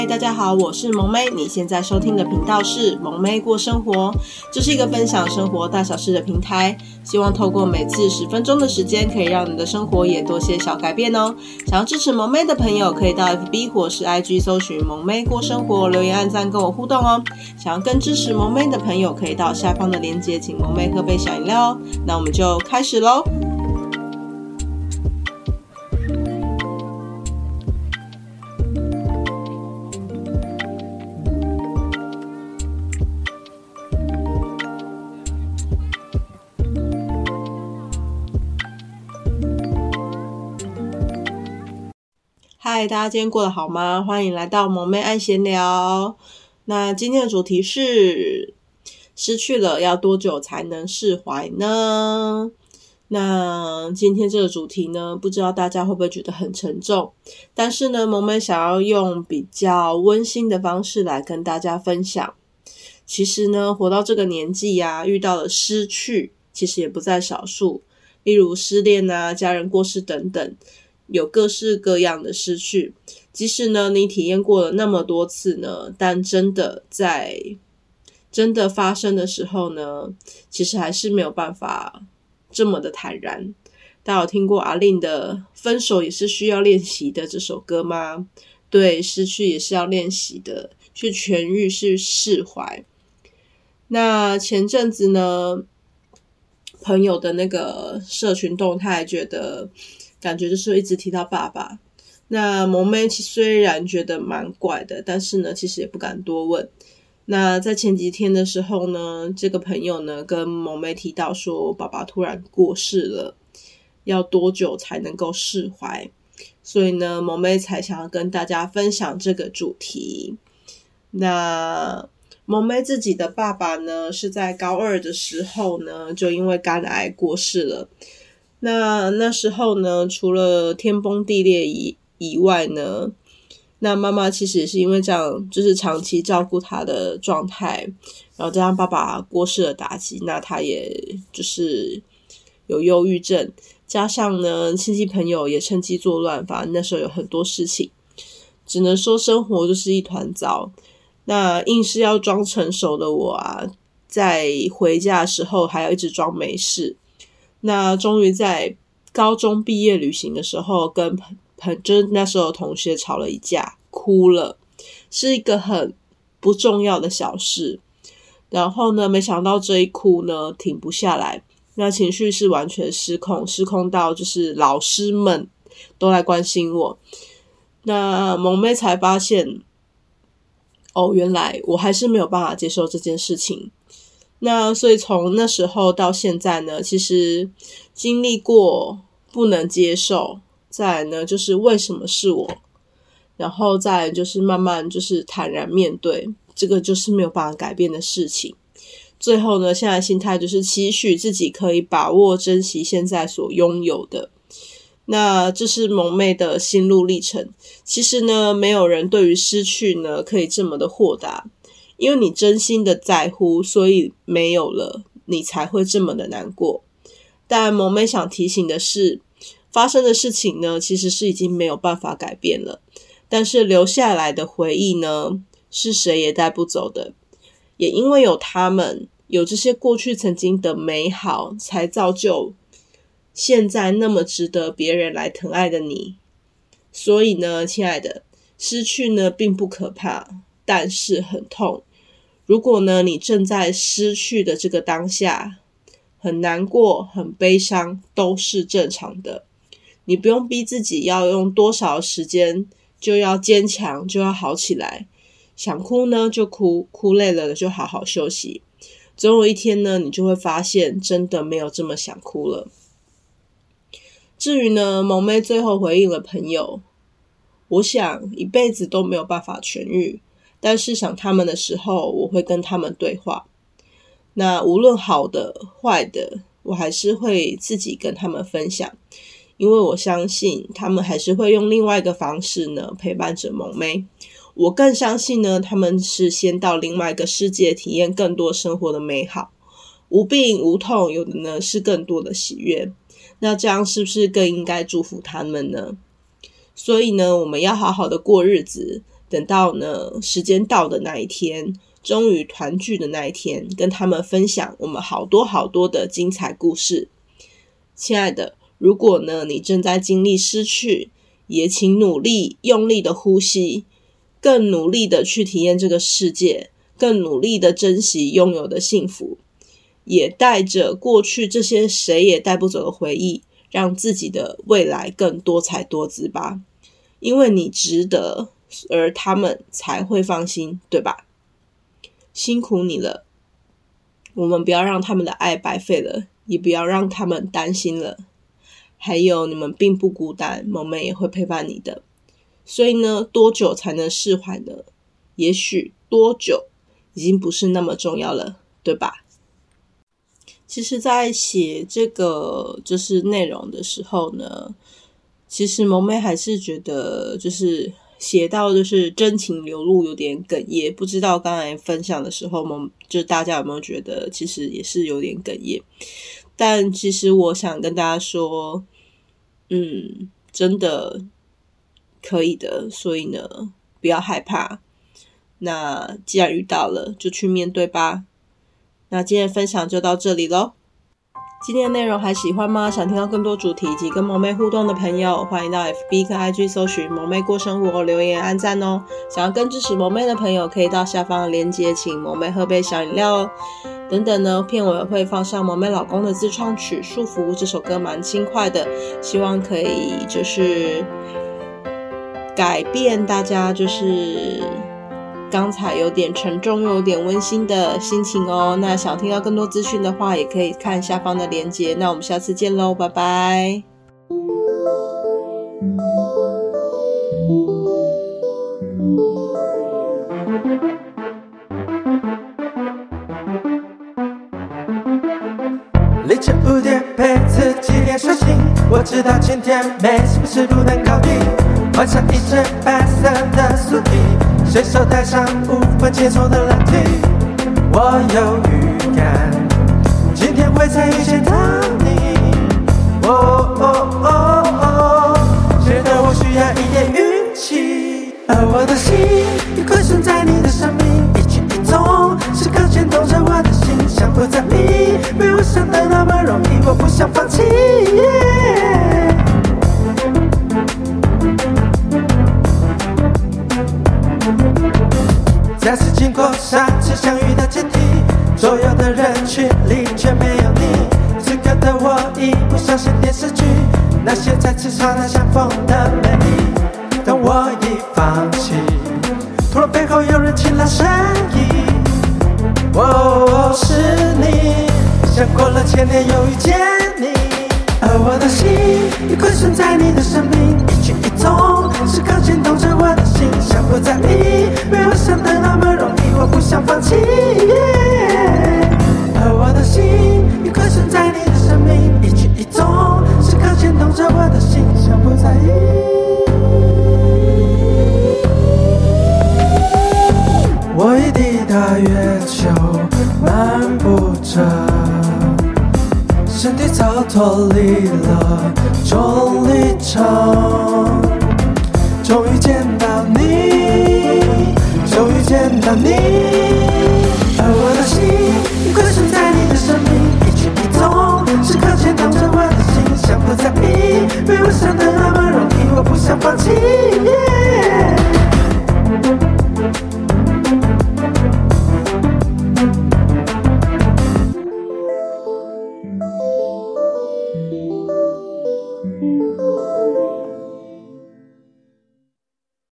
嗨，大家好，我是萌妹，你现在收听的频道是萌妹过生活，这是一个分享生活大小事的平台，希望透过每次10分钟的时间，可以让你的生活也多些小改变哦。想要支持萌妹的朋友，可以到 FB 或是 IG 搜寻萌妹过生活，留言按赞跟我互动哦。想要更支持萌妹的朋友，可以到下方的链接，请萌妹喝杯小饮料哦。那我们就开始咯。嗨，大家今天过得好吗？欢迎来到萌妹爱闲聊。那今天的主题是失去了要多久才能释怀呢？那今天这个主题呢，不知道大家会不会觉得很沉重，但是呢，萌妹想要用比较温馨的方式来跟大家分享。其实呢，活到这个年纪啊，遇到了失去其实也不在少数，例如失恋啊、家人过世等等，有各式各样的失去。即使呢你体验过了那么多次呢，但真的发生的时候呢，其实还是没有办法这么的坦然。大家有听过阿令的分手也是需要练习的这首歌吗？对，失去也是要练习的，去痊愈，去释怀。那前阵子呢，朋友的那个社群动态感觉就是一直提到爸爸。那萌妹虽然觉得蛮怪的，但是呢其实也不敢多问。那在前几天的时候呢，这个朋友呢跟萌妹提到说爸爸突然过世了，要多久才能够释怀，所以呢萌妹才想要跟大家分享这个主题。那萌妹自己的爸爸呢是在高2的时候呢就因为肝癌过世了。那时候呢，除了天崩地裂以外呢，那妈妈其实也是因为这样，就是长期照顾他的状态，然后加上爸爸过世的打击，那他也就是有忧郁症，加上呢亲戚朋友也趁机作乱，反正那时候有很多事情，只能说生活就是一团糟。那硬是要装成熟的我啊，在回家的时候还要一直装没事。那终于在高中毕业旅行的时候，就是那时候同学吵了一架，哭了，是一个很不重要的小事。然后呢，没想到这一哭呢停不下来，那情绪是完全失控到就是老师们都来关心我。那萌妹才发现，原来我还是没有办法接受这件事情。那所以从那时候到现在呢，其实经历过不能接受，再来呢就是为什么是我，然后再来就是慢慢就是坦然面对，这个就是没有办法改变的事情。最后呢，现在心态就是期许自己可以把握珍惜现在所拥有的。那这是萌妹的心路历程。其实呢，没有人对于失去呢可以这么的豁达，因为你真心的在乎，所以没有了，你才会这么的难过。但萌妹想提醒的是，发生的事情呢，其实是已经没有办法改变了，但是留下来的回忆呢，是谁也带不走的。也因为有他们，有这些过去曾经的美好，才造就现在那么值得别人来疼爱的你。所以呢，亲爱的，失去呢并不可怕，但是很痛。如果呢你正在失去的这个当下，很难过很悲伤，都是正常的。你不用逼自己要用多少时间就要坚强，就要好起来。想哭呢就哭，哭累了就好好休息。总有一天呢，你就会发现真的没有这么想哭了。至于呢，萌妹最后回应了朋友，我想一辈子都没有办法痊愈，但是想他们的时候，我会跟他们对话。那无论好的坏的，我还是会自己跟他们分享，因为我相信他们还是会用另外一个方式呢陪伴着萌妹。我更相信呢，他们是先到另外一个世界体验更多生活的美好，无病无痛，有的呢是更多的喜悦。那这样是不是更应该祝福他们呢？所以呢，我们要好好的过日子， 等到呢时间到的那一天，终于团聚的那一天，跟他们分享我们好多好多的精彩故事。亲爱的，如果呢你正在经历失去，也请努力用力的呼吸，更努力的去体验这个世界，更努力的珍惜拥有的幸福，也带着过去这些谁也带不走的回忆，让自己的未来更多彩多姿吧。因为你值得，而他们才会放心，对吧？辛苦你了，我们不要让他们的爱白费了，也不要让他们担心了。还有，你们并不孤单，萌妹也会陪伴你的。所以呢，多久才能释怀呢？也许多久已经不是那么重要了，对吧？其实在写这个就是内容的时候呢，其实萌妹还是觉得就是写到就是真情流露有点哽咽，不知道刚才分享的时候就是大家有没有觉得其实也是有点哽咽。但其实我想跟大家说，真的可以的，所以呢不要害怕，那既然遇到了就去面对吧。那今天的分享就到这里咯。今天的内容还喜欢吗？想听到更多主题及跟萌妹互动的朋友，欢迎到 FB 跟 IG 搜寻萌妹过生活，留言按赞哦。想要更支持萌妹的朋友，可以到下方的链接请萌妹喝杯小饮料哦。等等呢，片尾会放上萌妹老公的自创曲《束缚》，这首歌蛮轻快的，希望可以就是改变大家就是刚才有点沉重又有点温馨的心情哦。那想听到更多资讯的话，也可以看下方的连结。那我们下次见咯，拜拜。 凌晨5点陪自己练睡醒，我知道今天没什么事不能搞定，换上一身白色的素 T， 随手带上5分节奏的蓝 T， 我有预感今天会再遇见到你，觉得我需要一点运气，而我的心已归顺在你的生命，一举一动时刻牵动着我的心，想不在意没有想的那么容易，我不想放弃，再次经过上次相遇的阶梯，所有的人群里却没有你，此刻的我已不像是电视剧那些再次刹那相逢的美丽，但我已放弃，突然背后有人轻拉声音，是你，像过了1000年又遇见你，而我的心已归顺在你的生命，一举一动时刻牵动着我的心，想不在意没有想的那么容易，我不想放弃，而我的心已归顺在你的生命，一举一动时刻牵动着我的心，想不在意，我已抵达月球，漫步着，身体早脱离了重力场，终于见到你，终于见到你，而我的心已归顺在你的生命，一举一动时刻牵动着我的心，想不在意没有想的那么容易，我不想放弃。